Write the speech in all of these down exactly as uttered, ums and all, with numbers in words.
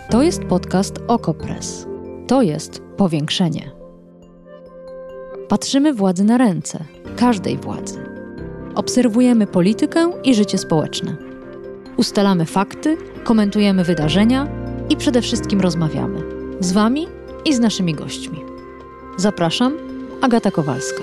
To jest podcast Okopres. To jest powiększenie. Patrzymy władzy na ręce, każdej władzy. Obserwujemy politykę i życie społeczne. Ustalamy fakty, komentujemy wydarzenia i przede wszystkim rozmawiamy. Z Wami i z naszymi gośćmi. Zapraszam, Agata Kowalska.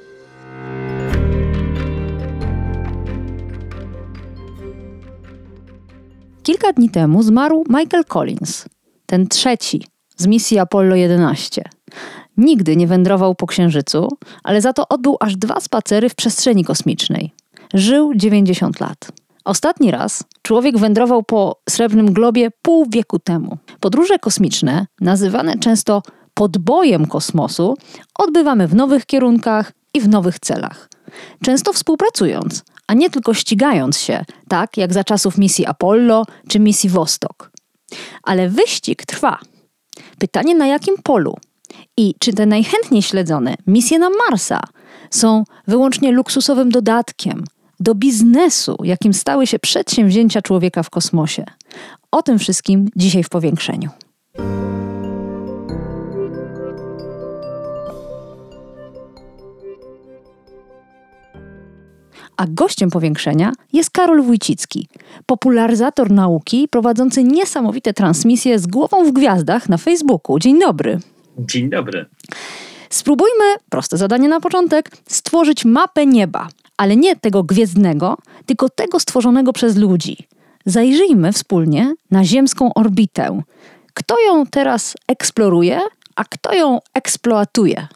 Kilka dni temu zmarł Michael Collins, ten trzeci z misji Apollo jedenaście. Nigdy nie wędrował po Księżycu, ale za to odbył aż dwa spacery w przestrzeni kosmicznej. Żył dziewięćdziesiąt lat. Ostatni raz człowiek wędrował po Srebrnym Globie pół wieku temu. Podróże kosmiczne, nazywane często podbojem kosmosu, odbywamy w nowych kierunkach i w nowych celach. Często współpracując, a nie tylko ścigając się, tak jak za czasów misji Apollo czy misji Vostok. Ale wyścig trwa. Pytanie, na jakim polu? I czy te najchętniej śledzone misje na Marsa są wyłącznie luksusowym dodatkiem do biznesu, jakim stały się przedsięwzięcia człowieka w kosmosie? O tym wszystkim dzisiaj w powiększeniu. A gościem powiększenia jest Karol Wójcicki, popularyzator nauki prowadzący niesamowite transmisje z głową w gwiazdach na Facebooku. Dzień dobry. Dzień dobry. Spróbujmy, proste zadanie na początek, stworzyć mapę nieba, ale nie tego gwiezdnego, tylko tego stworzonego przez ludzi. Zajrzyjmy wspólnie na ziemską orbitę. Kto ją teraz eksploruje, a kto ją eksploatuje?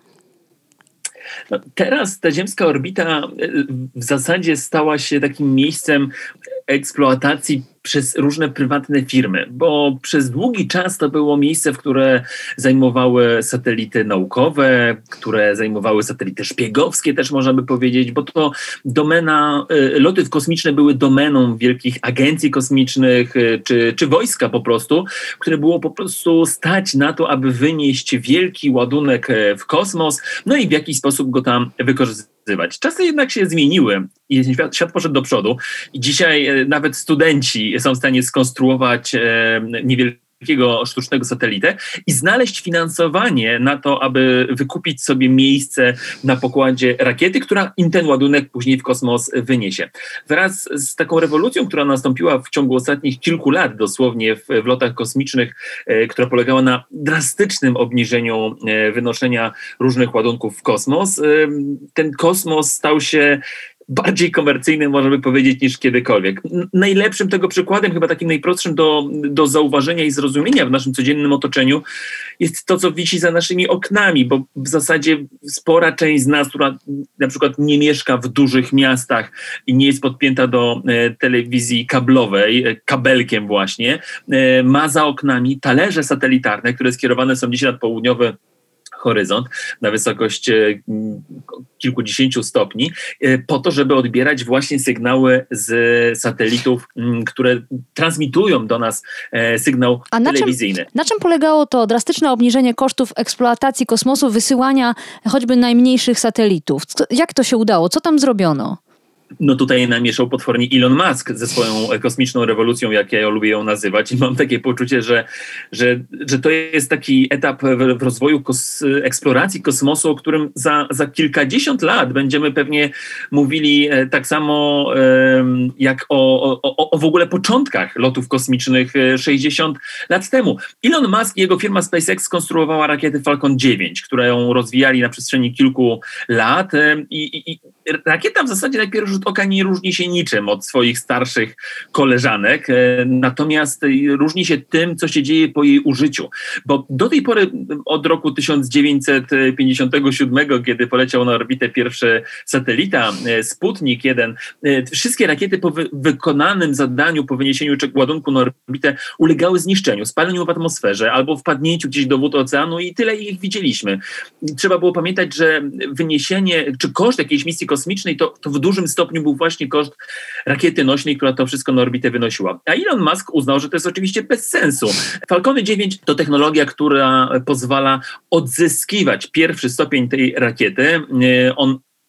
No, teraz ta ziemska orbita w zasadzie stała się takim miejscem eksploatacji przez różne prywatne firmy, bo przez długi czas to było miejsce, w które zajmowały satelity naukowe, które zajmowały satelity szpiegowskie, też można by powiedzieć, bo to domena, loty kosmiczne były domeną wielkich agencji kosmicznych, czy, czy wojska po prostu, które było po prostu stać na to, aby wynieść wielki ładunek w kosmos, no i w jakiś sposób go tam wykorzystywać. Czasy jednak się zmieniły i świat, świat poszedł do przodu i dzisiaj nawet studenci są w stanie skonstruować e, niewielkiego sztucznego satelitę i znaleźć finansowanie na to, aby wykupić sobie miejsce na pokładzie rakiety, która im ten ładunek później w kosmos wyniesie. Wraz z taką rewolucją, która nastąpiła w ciągu ostatnich kilku lat dosłownie w, w lotach kosmicznych, e, która polegała na drastycznym obniżeniu e, wynoszenia różnych ładunków w kosmos, e, ten kosmos stał się bardziej komercyjny, można by powiedzieć, niż kiedykolwiek. Najlepszym tego przykładem, chyba takim najprostszym do, do zauważenia i zrozumienia w naszym codziennym otoczeniu jest to, co wisi za naszymi oknami, bo w zasadzie spora część z nas, która na przykład nie mieszka w dużych miastach i nie jest podpięta do e, telewizji kablowej, e, kabelkiem właśnie, e, ma za oknami talerze satelitarne, które skierowane są gdzieś nad południowy horyzont na wysokość kilkudziesięciu stopni, po to, żeby odbierać właśnie sygnały z satelitów, które transmitują do nas sygnał A na telewizyjny. Czym, na czym polegało to drastyczne obniżenie kosztów eksploatacji kosmosu, wysyłania choćby najmniejszych satelitów? Jak to się udało? Co tam zrobiono? No tutaj namieszał potwornie Elon Musk ze swoją kosmiczną rewolucją, jak ja lubię ją nazywać, i mam takie poczucie, że, że, że to jest taki etap w, w rozwoju kos, eksploracji kosmosu, o którym za, za kilkadziesiąt lat będziemy pewnie mówili tak samo um, jak o, o, o w ogóle początkach lotów kosmicznych sześćdziesiąt lat temu. Elon Musk i jego firma SpaceX skonstruowała rakietę Falcon dziewięć, którą ją rozwijali na przestrzeni kilku lat i, i, i rakieta w zasadzie na pierwszy rzut oka nie różni się niczym od swoich starszych koleżanek, natomiast różni się tym, co się dzieje po jej użyciu, bo do tej pory od roku tysiąc dziewięćset pięćdziesiątego siódmego, kiedy poleciał na orbitę pierwszy satelita Sputnik jeden, wszystkie rakiety po wy- wykonanym zadaniu, po wyniesieniu ładunku na orbitę ulegały zniszczeniu, spaleniu w atmosferze albo wpadnięciu gdzieś do wód oceanu i tyle ich widzieliśmy. Trzeba było pamiętać, że wyniesienie, czy koszt jakiejś misji kosmicznej to, to w dużym stopniu był właśnie koszt rakiety nośnej, która to wszystko na orbitę wynosiła. A Elon Musk uznał, że to jest oczywiście bez sensu. Falcony dziewięć to technologia, która pozwala odzyskiwać pierwszy stopień tej rakiety. On w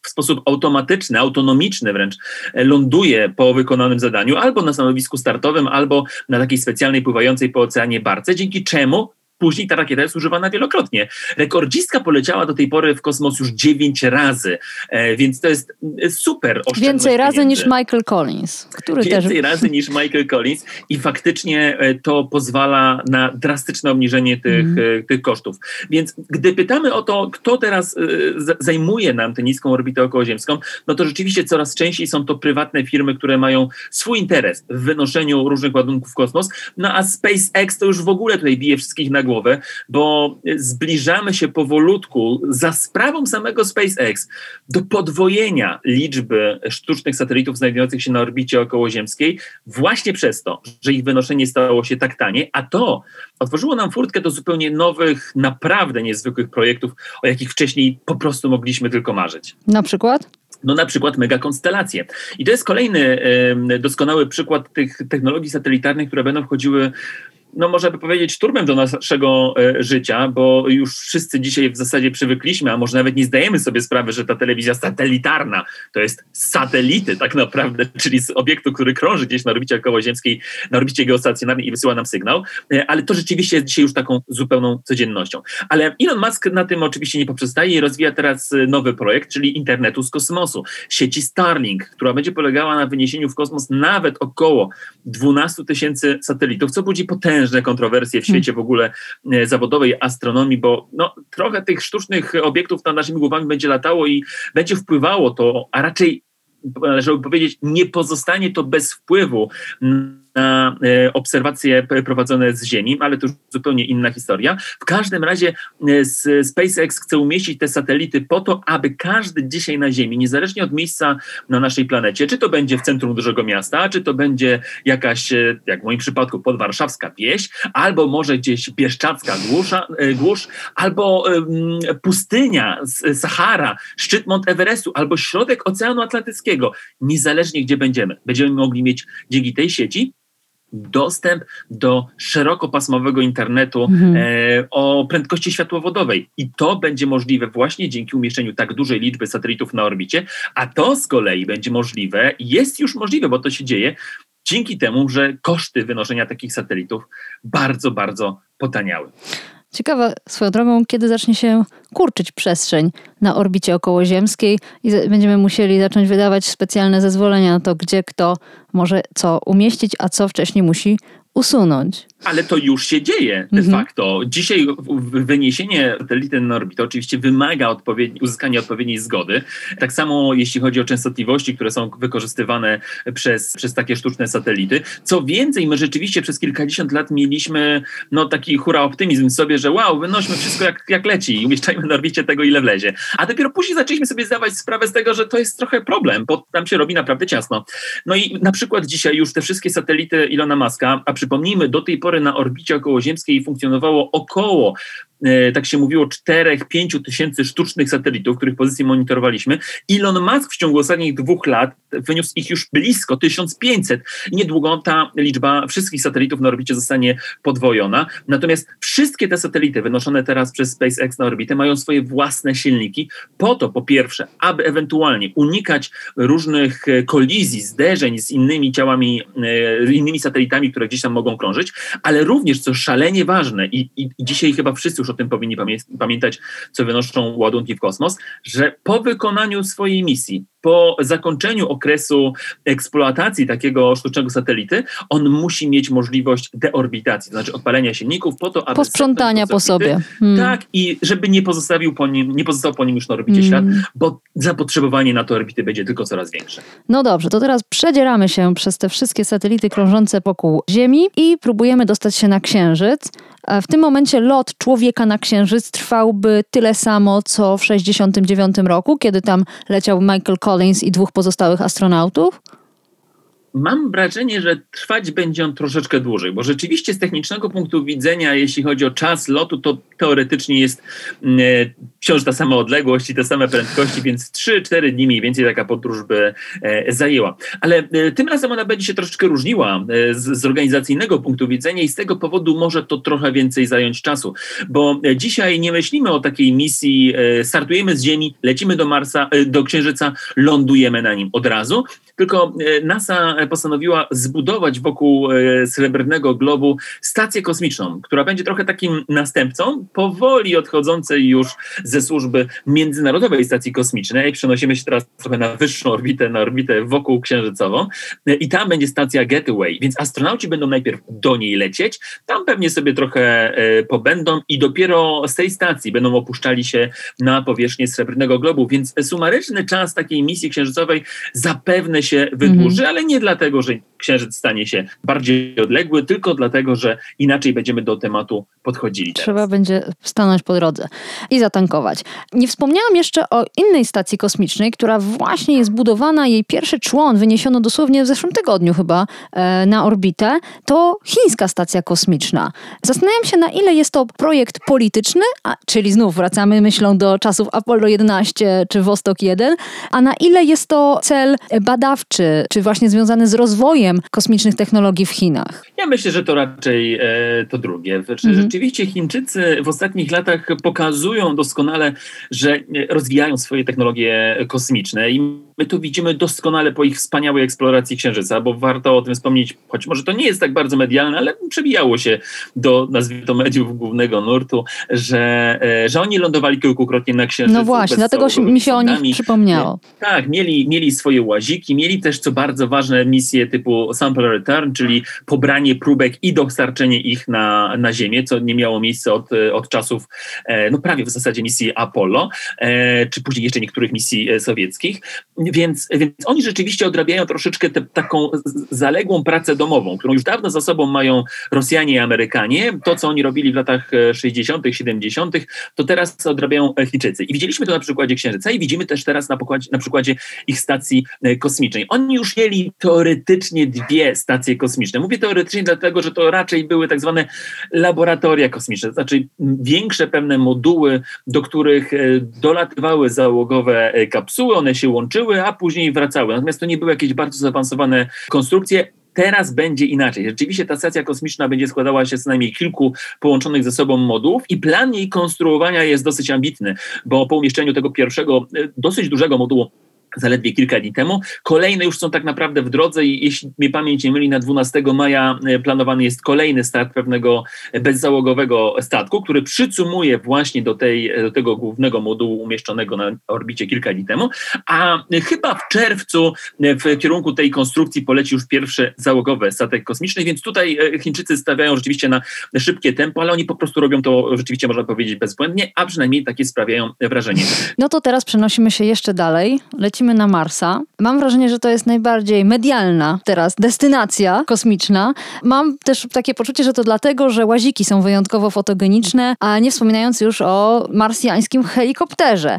w sposób automatyczny, autonomiczny wręcz ląduje po wykonanym zadaniu albo na stanowisku startowym, albo na takiej specjalnej pływającej po oceanie barce, dzięki czemu później ta rakieta jest używana wielokrotnie. Rekordzistka poleciała do tej pory w kosmos już dziewięć razy, e, więc to jest super oszczędność Więcej razy pieniędzy. niż Michael Collins. Który Więcej też... razy niż Michael Collins i faktycznie to pozwala na drastyczne obniżenie tych, mm. tych kosztów. Więc gdy pytamy o to, kto teraz z- zajmuje nam tę niską orbitę okołoziemską, no to rzeczywiście coraz częściej są to prywatne firmy, które mają swój interes w wynoszeniu różnych ładunków w kosmos, no a SpaceX to już w ogóle tutaj bije wszystkich na głowę, bo zbliżamy się powolutku za sprawą samego SpaceX do podwojenia liczby sztucznych satelitów znajdujących się na orbicie okołoziemskiej właśnie przez to, że ich wynoszenie stało się tak tanie, a to otworzyło nam furtkę do zupełnie nowych, naprawdę niezwykłych projektów, o jakich wcześniej po prostu mogliśmy tylko marzyć. Na przykład? No na przykład megakonstelacje. I to jest kolejny y, doskonały przykład tych technologii satelitarnych, które będą wchodziły, no można by powiedzieć, szturmem do naszego e, życia, bo już wszyscy dzisiaj w zasadzie przywykliśmy, a może nawet nie zdajemy sobie sprawy, że ta telewizja satelitarna to jest satelity tak naprawdę, czyli z obiektu, który krąży gdzieś na orbicie okołoziemskiej, na orbicie geostacjonarnej i wysyła nam sygnał, e, ale to rzeczywiście jest dzisiaj już taką zupełną codziennością. Ale Elon Musk na tym oczywiście nie poprzestaje i rozwija teraz nowy projekt, czyli internetu z kosmosu, sieci Starlink, która będzie polegała na wyniesieniu w kosmos nawet około dwanaście tysięcy satelitów, co budzi potężne kontrowersje w świecie w ogóle e, zawodowej astronomii, bo no, trochę tych sztucznych obiektów nad naszymi głowami będzie latało i będzie wpływało to, a raczej należałoby powiedzieć, nie pozostanie to bez wpływu na e, obserwacje prowadzone z Ziemi, ale to już zupełnie inna historia. W każdym razie e, SpaceX chce umieścić te satelity po to, aby każdy dzisiaj na Ziemi, niezależnie od miejsca na naszej planecie, czy to będzie w centrum dużego miasta, czy to będzie jakaś, e, jak w moim przypadku, podwarszawska wieś, albo może gdzieś bieszczacka głusza, e, głusz, albo e, pustynia, Sahara, szczyt Mount Everestu, albo środek Oceanu Atlantyckiego. Niezależnie gdzie będziemy, będziemy mogli mieć dzięki tej sieci dostęp do szerokopasmowego internetu mhm. e, o prędkości światłowodowej. I to będzie możliwe właśnie dzięki umieszczeniu tak dużej liczby satelitów na orbicie, a to z kolei będzie możliwe, jest już możliwe, bo to się dzieje, dzięki temu, że koszty wynoszenia takich satelitów bardzo, bardzo potaniały. Ciekawa swoją drogą, kiedy zacznie się kurczyć przestrzeń na orbicie okołoziemskiej i będziemy musieli zacząć wydawać specjalne zezwolenia na to, gdzie kto może co umieścić, a co wcześniej musi usunąć. Ale to już się dzieje de mhm. facto. Dzisiaj wyniesienie satelity na orbitę oczywiście wymaga odpowiedni, uzyskania odpowiedniej zgody. Tak samo jeśli chodzi o częstotliwości, które są wykorzystywane przez, przez takie sztuczne satelity. Co więcej, my rzeczywiście przez kilkadziesiąt lat mieliśmy no, taki hura optymizm sobie, że wow, wynośmy wszystko jak, jak leci i umieszczajmy na orbicie tego, ile wlezie. A dopiero później zaczęliśmy sobie zdawać sprawę z tego, że to jest trochę problem, bo tam się robi naprawdę ciasno. No i na przykład dzisiaj już te wszystkie satelity Elona Muska, a przypomnijmy, do tej pory na orbicie okołoziemskiej funkcjonowało około, e, tak się mówiło, cztery do pięciu tysięcy sztucznych satelitów, których pozycję monitorowaliśmy. Elon Musk w ciągu ostatnich dwóch lat wyniósł ich już blisko tysiąc pięćset. Niedługo ta liczba wszystkich satelitów na orbicie zostanie podwojona. Natomiast wszystkie te satelity wynoszone teraz przez SpaceX na orbitę mają swoje własne silniki po to, po pierwsze, aby ewentualnie unikać różnych kolizji, zderzeń z innymi ciałami, e, innymi satelitami, które gdzieś tam mogą krążyć, ale również, co szalenie ważne i, i, i dzisiaj chyba wszyscy już o tym powinni pamię- pamiętać, co wynoszą ładunki w kosmos, że po wykonaniu swojej misji, po zakończeniu okresu eksploatacji takiego sztucznego satelity, on musi mieć możliwość deorbitacji, to znaczy odpalenia silników po to, aby... Posprzątania po sobie. Hmm. Tak, i żeby nie pozostawił po nim, nie pozostał po nim już na orbicie hmm. ślad, bo zapotrzebowanie na te orbity będzie tylko coraz większe. No dobrze, to teraz przedzieramy się przez te wszystkie satelity krążące wokół Ziemi i próbujemy dostać się na Księżyc. W tym momencie lot człowieka na Księżyc trwałby tyle samo, co w sześćdziesiątym dziewiątym roku, kiedy tam leciał Michael Collins i dwóch pozostałych astronautów? Mam wrażenie, że trwać będzie on troszeczkę dłużej, bo rzeczywiście z technicznego punktu widzenia, jeśli chodzi o czas lotu, to teoretycznie jest e, wciąż ta sama odległość i te same prędkości, więc trzy cztery dni mniej więcej taka podróż by e, zajęła. Ale e, tym razem ona będzie się troszeczkę różniła e, z, z organizacyjnego punktu widzenia i z tego powodu może to trochę więcej zająć czasu, bo e, dzisiaj nie myślimy o takiej misji, e, startujemy z Ziemi, lecimy do Marsa, e, do Księżyca, lądujemy na nim od razu, tylko e, NASA postanowiła zbudować wokół e, Srebrnego Globu stację kosmiczną, która będzie trochę takim następcą, powoli odchodzącej już ze służby Międzynarodowej Stacji Kosmicznej. Przenosimy się teraz trochę na wyższą orbitę, na orbitę wokół księżycową e, i tam będzie stacja Gateway, więc astronauci będą najpierw do niej lecieć, tam pewnie sobie trochę e, pobędą i dopiero z tej stacji będą opuszczali się na powierzchnię Srebrnego Globu, więc sumaryczny czas takiej misji księżycowej zapewne się wydłuży, mm. ale nie dlatego, że Księżyc stanie się bardziej odległy, tylko dlatego, że inaczej będziemy do tematu podchodzili. Trzeba teraz. będzie stanąć po drodze i zatankować. Nie wspomniałam jeszcze o innej stacji kosmicznej, która właśnie jest budowana, jej pierwszy człon wyniesiono dosłownie w zeszłym tygodniu chyba e, na orbitę, to chińska stacja kosmiczna. Zastanawiam się, na ile jest to projekt polityczny, a, czyli znów wracamy myślą do czasów Apollo jedenaście czy Wostok jeden, a na ile jest to cel badawczy, czy właśnie związany z rozwojem kosmicznych technologii w Chinach. Ja myślę, że to raczej e, to drugie. Znaczy, mhm. Rzeczywiście Chińczycy w ostatnich latach pokazują doskonale, że rozwijają swoje technologie kosmiczne i my to widzimy doskonale po ich wspaniałej eksploracji Księżyca, bo warto o tym wspomnieć, choć może to nie jest tak bardzo medialne, ale przebijało się do, nazwijmy to, mediów głównego nurtu, że, e, że oni lądowali kilkukrotnie na Księżycu. No właśnie, dlatego mi się o nich przypomniało. Tak, mieli, mieli swoje łaziki, mieli też, co bardzo ważne, misje typu sample return, czyli pobranie próbek i dostarczenie ich na, na Ziemię, co nie miało miejsca od, od czasów, e, no prawie w zasadzie misji Apollo, e, czy później jeszcze niektórych misji e, sowieckich. Więc, więc oni rzeczywiście odrabiają troszeczkę tę taką zaległą pracę domową, którą już dawno za sobą mają Rosjanie i Amerykanie. To, co oni robili w latach sześćdziesiątych, siedemdziesiątych, to teraz odrabiają Chińczycy. I widzieliśmy to na przykładzie Księżyca i widzimy też teraz na, pokładzie, na przykładzie ich stacji kosmicznej. Oni już mieli teoretycznie dwie stacje kosmiczne. Mówię teoretycznie dlatego, że to raczej były tak zwane laboratoria kosmiczne, to znaczy większe pewne moduły, do których dolatywały załogowe kapsuły, one się łączyły, a później wracały. Natomiast to nie były jakieś bardzo zaawansowane konstrukcje. Teraz będzie inaczej. Rzeczywiście ta stacja kosmiczna będzie składała się z co najmniej kilku połączonych ze sobą modułów i plan jej konstruowania jest dosyć ambitny, bo po umieszczeniu tego pierwszego, dosyć dużego modułu zaledwie kilka dni temu. Kolejne już są tak naprawdę w drodze i jeśli mnie pamięć nie myli, na dwunastego maja planowany jest kolejny start pewnego bezzałogowego statku, który przycumuje właśnie do, tej, do tego głównego modułu umieszczonego na orbicie kilka dni temu, a chyba w czerwcu w kierunku tej konstrukcji poleci już pierwszy załogowy statek kosmiczny, więc tutaj Chińczycy stawiają rzeczywiście na szybkie tempo, ale oni po prostu robią to rzeczywiście, można powiedzieć, bezbłędnie, a przynajmniej takie sprawiają wrażenie. No to teraz przenosimy się jeszcze dalej. Lecimy na Marsa. Mam wrażenie, że to jest najbardziej medialna teraz destynacja kosmiczna. Mam też takie poczucie, że to dlatego, że łaziki są wyjątkowo fotogeniczne, a nie wspominając już o marsjańskim helikopterze.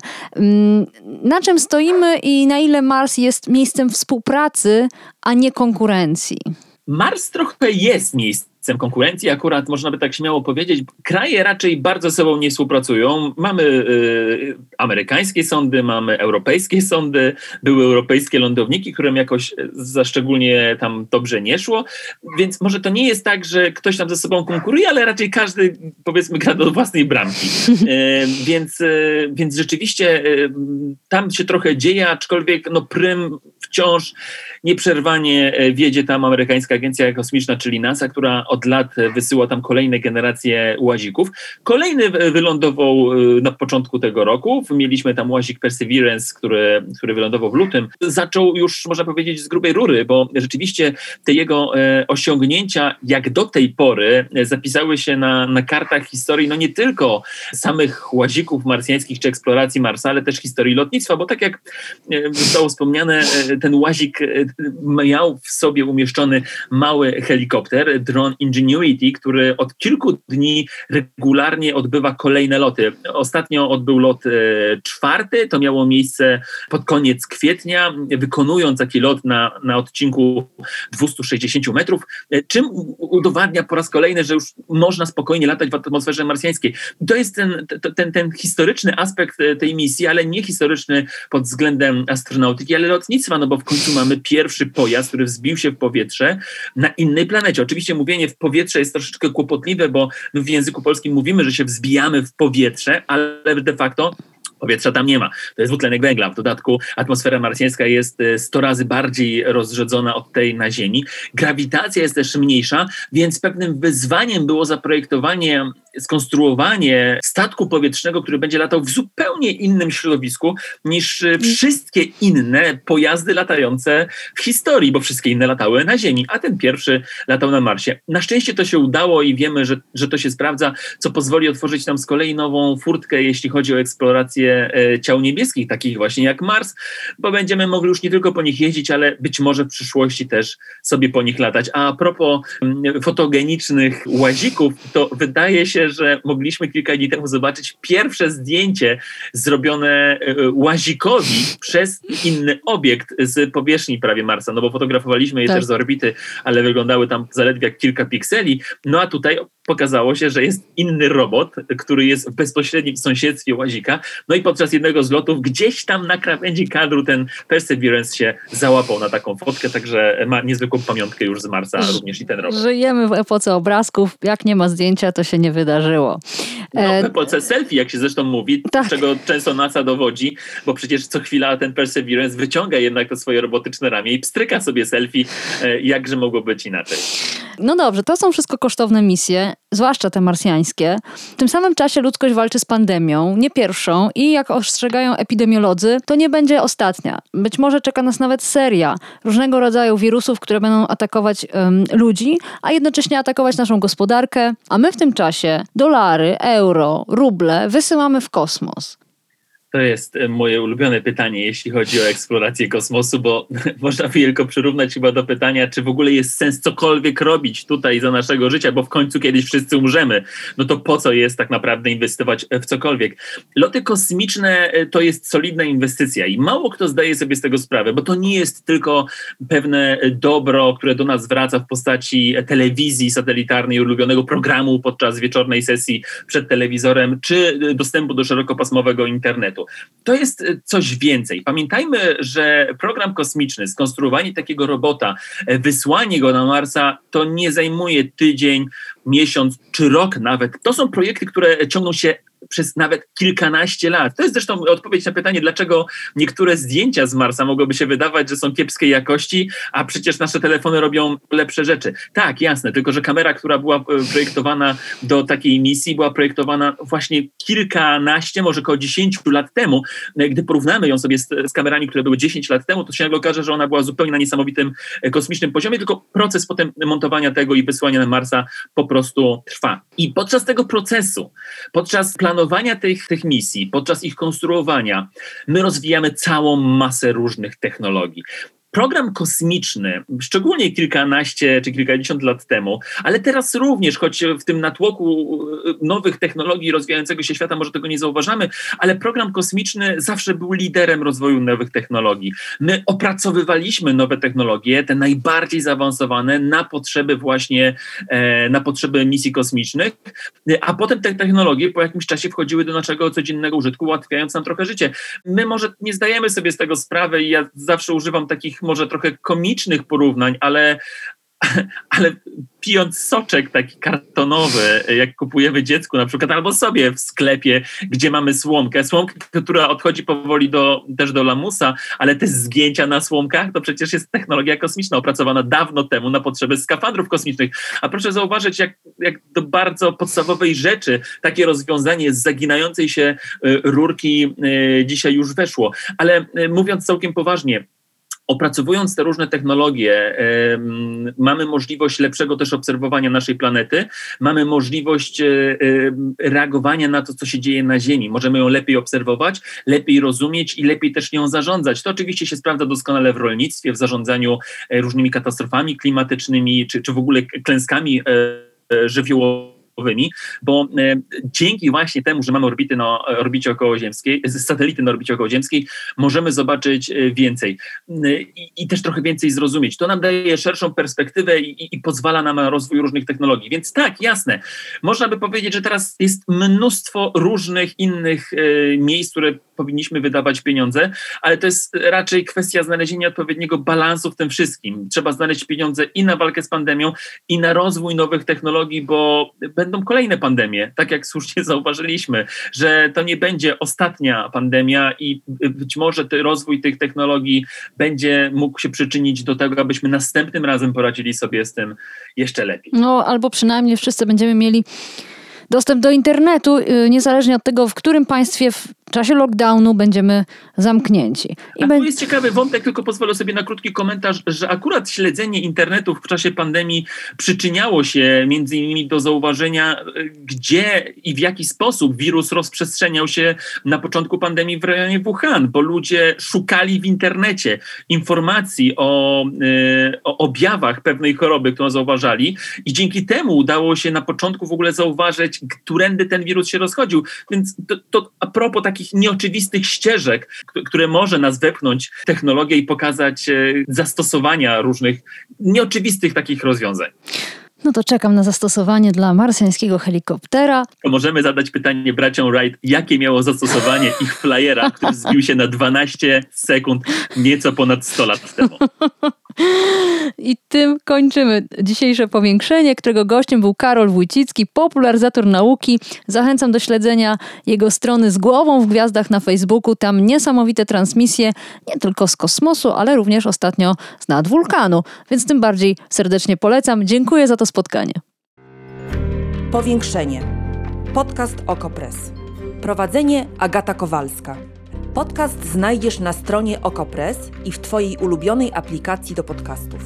Na czym stoimy i na ile Mars jest miejscem współpracy, a nie konkurencji? Mars trochę jest miejscem konkurencji, akurat można by tak śmiało powiedzieć. Kraje raczej bardzo ze sobą nie współpracują. Mamy y, amerykańskie sondy, mamy europejskie sondy, były europejskie lądowniki, którym jakoś za szczególnie tam dobrze nie szło, więc może to nie jest tak, że ktoś tam ze sobą konkuruje, ale raczej każdy, powiedzmy, gra do własnej bramki. Y, więc, y, więc rzeczywiście y, tam się trochę dzieje, aczkolwiek no prym wciąż nieprzerwanie wiedzie tam amerykańska agencja kosmiczna, czyli NASA, która od lat wysyła tam kolejne generacje łazików. Kolejny wylądował na początku tego roku. Mieliśmy tam łazik Perseverance, który, który wylądował w lutym. Zaczął już, można powiedzieć, z grubej rury, bo rzeczywiście te jego osiągnięcia, jak do tej pory, zapisały się na, na kartach historii, no nie tylko samych łazików marsjańskich czy eksploracji Marsa, ale też historii lotnictwa, bo tak jak zostało wspomniane, ten łazik, miał w sobie umieszczony mały helikopter, dron Ingenuity, który od kilku dni regularnie odbywa kolejne loty. Ostatnio odbył lot e, czwarty, to miało miejsce pod koniec kwietnia, wykonując taki lot na, na odcinku dwieście sześćdziesiąt metrów, e, czym udowadnia po raz kolejny, że już można spokojnie latać w atmosferze marsjańskiej. To jest ten, ten, ten historyczny aspekt tej misji, ale nie historyczny pod względem astronautyki, ale lotnictwa, no bo w końcu mamy pierwszy pojazd, który wzbił się w powietrze na innej planecie. Oczywiście mówienie w powietrze jest troszeczkę kłopotliwe, bo my w języku polskim mówimy, że się wzbijamy w powietrze, ale de facto powietrza tam nie ma. To jest dwutlenek węgla. W dodatku atmosfera marsjańska jest sto razy bardziej rozrzedzona od tej na Ziemi. Grawitacja jest też mniejsza, więc pewnym wyzwaniem było zaprojektowanie, skonstruowanie statku powietrznego, który będzie latał w zupełnie innym środowisku niż wszystkie inne pojazdy latające w historii, bo wszystkie inne latały na Ziemi, a ten pierwszy latał na Marsie. Na szczęście to się udało i wiemy, że, że to się sprawdza, co pozwoli otworzyć nam z kolei nową furtkę, jeśli chodzi o eksplorację ciał niebieskich, takich właśnie jak Mars, bo będziemy mogli już nie tylko po nich jeździć, ale być może w przyszłości też sobie po nich latać. A a propos fotogenicznych łazików, to wydaje się, że mogliśmy kilka dni temu zobaczyć pierwsze zdjęcie zrobione łazikowi przez inny obiekt z powierzchni prawie Marsa, no bo fotografowaliśmy je tak. też z orbity, ale wyglądały tam zaledwie jak kilka pikseli, no a tutaj pokazało się, że jest inny robot, który jest w bezpośrednim sąsiedztwie łazika, no i podczas jednego z lotów gdzieś tam na krawędzi kadru ten Perseverance się załapał na taką fotkę, także ma niezwykłą pamiątkę już z Marsa, również i ten robot. Żyjemy w epoce obrazków, jak nie ma zdjęcia, to się nie wydarzyło. No, w epoce selfie, jak się zresztą mówi, tak. czego często NASA dowodzi, bo przecież co chwila ten Perseverance wyciąga jednak to swoje robotyczne ramię i pstryka sobie selfie, jakże mogło być inaczej. No dobrze, to są wszystko kosztowne misje, zwłaszcza te marsjańskie. W tym samym czasie ludzkość walczy z pandemią, nie pierwszą i jak ostrzegają epidemiolodzy, to nie będzie ostatnia. Być może czeka nas nawet seria różnego rodzaju wirusów, które będą atakować um, ludzi, a jednocześnie atakować naszą gospodarkę, a my w tym czasie dolary, euro, ruble wysyłamy w kosmos. To jest moje ulubione pytanie, jeśli chodzi o eksplorację kosmosu, bo można by tylko przyrównać chyba do pytania, czy w ogóle jest sens cokolwiek robić tutaj za naszego życia, bo w końcu kiedyś wszyscy umrzemy. No to po co jest tak naprawdę inwestować w cokolwiek? Loty kosmiczne to jest solidna inwestycja i mało kto zdaje sobie z tego sprawę, bo to nie jest tylko pewne dobro, które do nas wraca w postaci telewizji satelitarnej, ulubionego programu podczas wieczornej sesji przed telewizorem, czy dostępu do szerokopasmowego internetu. To jest coś więcej. Pamiętajmy, że program kosmiczny, skonstruowanie takiego robota, wysłanie go na Marsa, to nie zajmuje tydzień, miesiąc czy rok nawet. To są projekty, które ciągną się przez nawet kilkanaście lat. To jest zresztą odpowiedź na pytanie, dlaczego niektóre zdjęcia z Marsa mogłoby się wydawać, że są kiepskiej jakości, a przecież nasze telefony robią lepsze rzeczy. Tak, jasne, tylko że kamera, która była projektowana do takiej misji, była projektowana właśnie kilkanaście, może około dziesięciu lat temu. Gdy porównamy ją sobie z, z kamerami, które były dziesięć lat temu, to się nagle okaże, że ona była zupełnie na niesamowitym kosmicznym poziomie, tylko proces potem montowania tego i wysłania na Marsa po prostu trwa. I podczas tego procesu, podczas planowania tych, tych misji, podczas ich konstruowania, my rozwijamy całą masę różnych technologii. Program kosmiczny, szczególnie kilkanaście czy kilkadziesiąt lat temu, ale teraz również, choć w tym natłoku nowych technologii rozwijającego się świata może tego nie zauważamy, ale program kosmiczny zawsze był liderem rozwoju nowych technologii. My opracowywaliśmy nowe technologie, te najbardziej zaawansowane na potrzeby właśnie, e, na potrzeby misji kosmicznych, a potem te technologie po jakimś czasie wchodziły do naszego codziennego użytku, ułatwiając nam trochę życie. My może nie zdajemy sobie z tego sprawy i ja zawsze używam takich może trochę komicznych porównań, ale, ale pijąc soczek taki kartonowy, jak kupujemy dziecku na przykład, albo sobie w sklepie, gdzie mamy słomkę, słomkę, która odchodzi powoli do, też do lamusa, ale te zgięcia na słomkach, to przecież jest technologia kosmiczna opracowana dawno temu na potrzeby skafandrów kosmicznych. A proszę zauważyć, jak, jak do bardzo podstawowej rzeczy takie rozwiązanie z zaginającej się rurki dzisiaj już weszło. Ale mówiąc całkiem poważnie, opracowując te różne technologie, y, mamy możliwość lepszego też obserwowania naszej planety, mamy możliwość y, y, reagowania na to, co się dzieje na Ziemi. Możemy ją lepiej obserwować, lepiej rozumieć i lepiej też nią zarządzać. To oczywiście się sprawdza doskonale w rolnictwie, w zarządzaniu y, różnymi katastrofami klimatycznymi, czy, czy w ogóle klęskami y, y, żywiołowymi. Bo e, dzięki właśnie temu, że mamy orbity na orbicie okołoziemskiej, satelity na orbicie okołoziemskiej, możemy zobaczyć więcej i, i też trochę więcej zrozumieć. To nam daje szerszą perspektywę i, i, i pozwala nam na rozwój różnych technologii. Więc tak, jasne, można by powiedzieć, że teraz jest mnóstwo różnych innych e, miejsc, które powinniśmy wydawać pieniądze, ale to jest raczej kwestia znalezienia odpowiedniego balansu w tym wszystkim. Trzeba znaleźć pieniądze i na walkę z pandemią, i na rozwój nowych technologii, bo będą kolejne pandemie, tak jak słusznie zauważyliśmy, że to nie będzie ostatnia pandemia i być może ten rozwój tych technologii będzie mógł się przyczynić do tego, abyśmy następnym razem poradzili sobie z tym jeszcze lepiej. No, albo przynajmniej wszyscy będziemy mieli dostęp do internetu, niezależnie od tego, w którym państwie w czasie lockdownu będziemy zamknięci. I A tu jest ciekawy wątek, tylko pozwolę sobie na krótki komentarz, że akurat śledzenie internetu w czasie pandemii przyczyniało się między innymi do zauważenia, gdzie i w jaki sposób wirus rozprzestrzeniał się na początku pandemii w rejonie Wuhan, bo ludzie szukali w internecie informacji o, yy, o objawach pewnej choroby, którą zauważali, i dzięki temu udało się na początku w ogóle zauważyć, którędy ten wirus się rozchodził. Więc to, to a propos takich nieoczywistych ścieżek, które może nas wepchnąć technologię i pokazać zastosowania różnych nieoczywistych takich rozwiązań. No to czekam na zastosowanie dla marsjańskiego helikoptera. To możemy zadać pytanie braciom Wright, jakie miało zastosowanie ich flyera, który zbił się na dwanaście sekund nieco ponad sto lat temu. I tym kończymy dzisiejsze powiększenie, którego gościem był Karol Wójcicki, popularyzator nauki. Zachęcam do śledzenia jego strony Z głową w gwiazdach na Facebooku. Tam niesamowite transmisje, nie tylko z kosmosu, ale również ostatnio z nad wulkanu. Więc tym bardziej serdecznie polecam. Dziękuję za to spotkanie. Powiększenie. Podcast Okopres. Prowadzenie Agata Kowalska. Podcast znajdziesz na stronie Okopres i w Twojej ulubionej aplikacji do podcastów.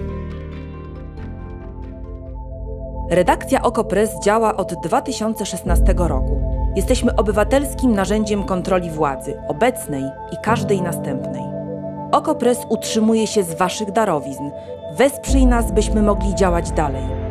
Redakcja Okopres działa od dwa tysiące szesnastego roku. Jesteśmy obywatelskim narzędziem kontroli władzy, obecnej i każdej następnej. Okopres utrzymuje się z Waszych darowizn. Wesprzyj nas, byśmy mogli działać dalej.